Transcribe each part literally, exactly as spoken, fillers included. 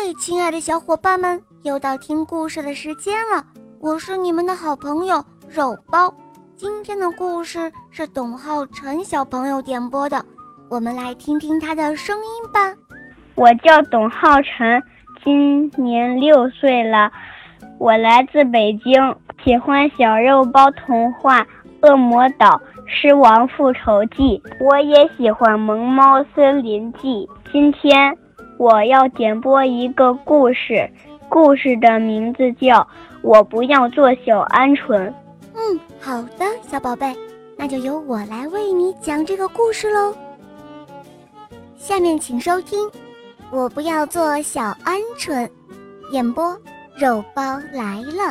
嗨，亲爱的小伙伴们，又到听故事的时间了。我是你们的好朋友肉包。今天的故事是董浩辰小朋友点播的，我们来听听他的声音吧。 我叫董浩辰，今年六岁了，我来自北京，喜欢小肉包童话《恶魔岛狮王复仇记》，我也喜欢《萌猫森林记》。今天我要点播一个故事，故事的名字叫《我不要做小鹌鹑》。 嗯，好的，小宝贝，那就由我来为你讲这个故事喽。下面请收听《我不要做小鹌鹑》，演播肉包来了。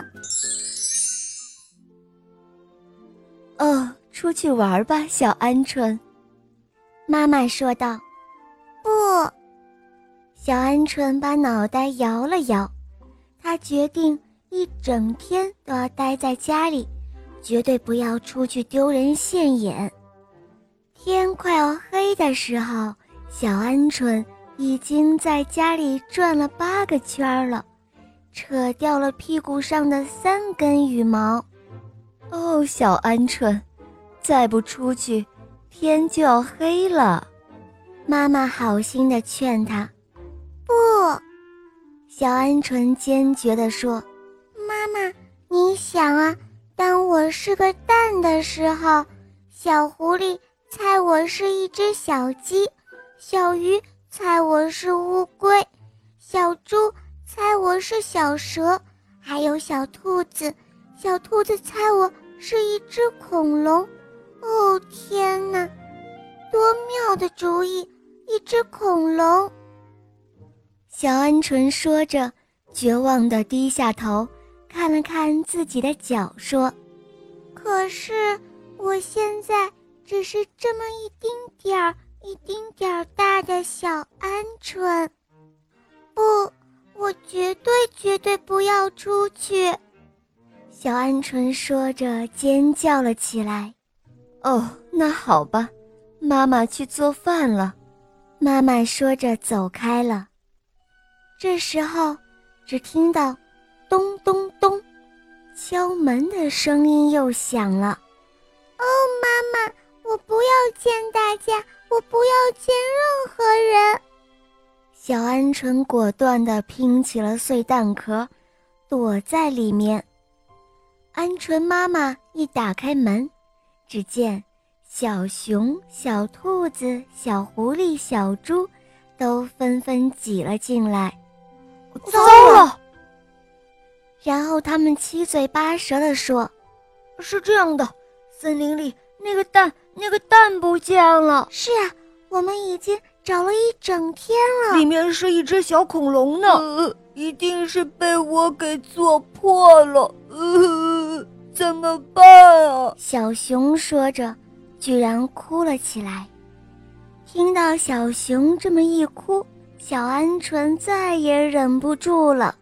哦，出去玩吧，小鹌鹑。妈妈说道。不。小鹌鹑把脑袋摇了摇，他决定一整天都要待在家里，绝对不要出去丢人现眼。天快要黑的时候，小鹌鹑已经在家里转了八个圈了，扯掉了屁股上的三根羽毛。哦，小鹌鹑，再不出去，天就要黑了。妈妈好心地劝他。不，小鹌鹑坚决地说。妈妈，你想啊，当我是个蛋的时候，小狐狸猜我是一只小鸡，小鱼猜我是乌龟，小猪猜我是小蛇，还有小兔子，小兔子猜我是一只恐龙。哦，天哪，多妙的主意，一只恐龙。小鹌鹑说着，绝望地低下头，看了看自己的脚，说：可是我现在只是这么一丁点儿一丁点儿大的小鹌鹑。不，我绝对绝对不要出去。小鹌鹑说着尖叫了起来。哦，那好吧，妈妈去做饭了。妈妈说着走开了。这时候只听到咚咚咚，敲门的声音又响了。哦，妈妈，我不要见大家，我不要见任何人。小鹌鹑果断地拼起了碎蛋壳，躲在里面。鹌鹑妈妈一打开门，只见小熊、小兔子、小狐狸、小猪都纷纷挤了进来。糟了！然后他们七嘴八舌地说：是这样的，森林里那个蛋那个蛋不见了。是啊，我们已经找了一整天了。里面是一只小恐龙呢，呃、一定是被我给做破了，呃、怎么办啊？小熊说着居然哭了起来。听到小熊这么一哭，小鹌鹑再也忍不住了。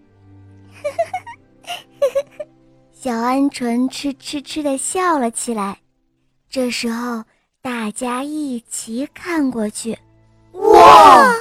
小鹌鹑痴痴痴地笑了起来。这时候大家一起看过去，哇！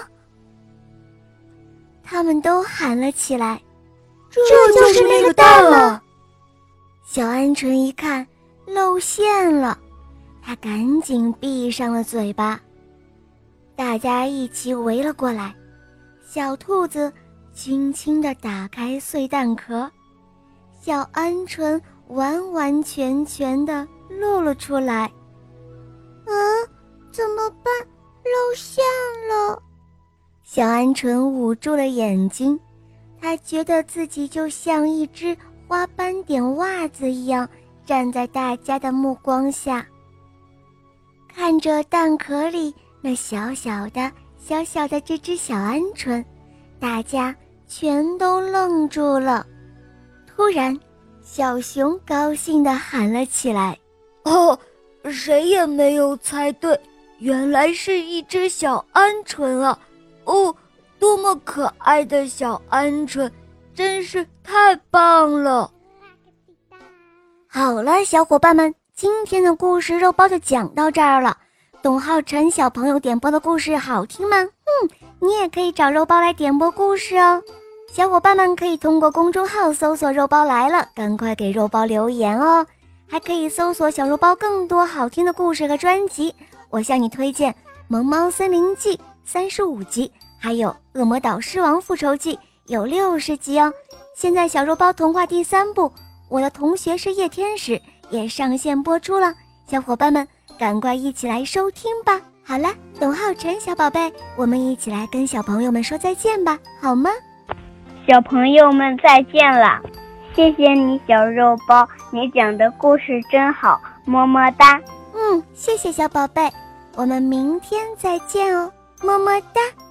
他们都喊了起来，这就是那个蛋了。小鹌鹑一看露馅了，他赶紧闭上了嘴巴。大家一起围了过来，小兔子轻轻地打开碎蛋壳，小鹌鹑完完全全地露了出来。啊，怎么办？露馅了！小鹌鹑捂住了眼睛，他觉得自己就像一只花斑点袜子一样站在大家的目光下。看着蛋壳里那小小的小小的这只小鹌鹑，大家全都愣住了。突然，小熊高兴地喊了起来：哦，谁也没有猜对，原来是一只小鹌鹑啊！哦，多么可爱的小鹌鹑，真是太棒了！好了，小伙伴们，今天的故事肉包就讲到这儿了。董浩辰小朋友点播的故事好听吗？嗯你也可以找肉包来点播故事哦。小伙伴们可以通过公众号搜索肉包来了，赶快给肉包留言哦。还可以搜索小肉包更多好听的故事和专辑，我向你推荐《萌猫森林记》三十五集，还有《恶魔岛狮王复仇记》有六十集哦。现在小肉包童话第三部《我的同学是夜天使》也上线播出了，小伙伴们赶快一起来收听吧。好了，董浩辰小宝贝，我们一起来跟小朋友们说再见吧，好吗？ 小朋友们再见了，谢谢你小肉包，你讲的故事真好，么么哒。 嗯，谢谢小宝贝，我们明天再见哦，么么哒。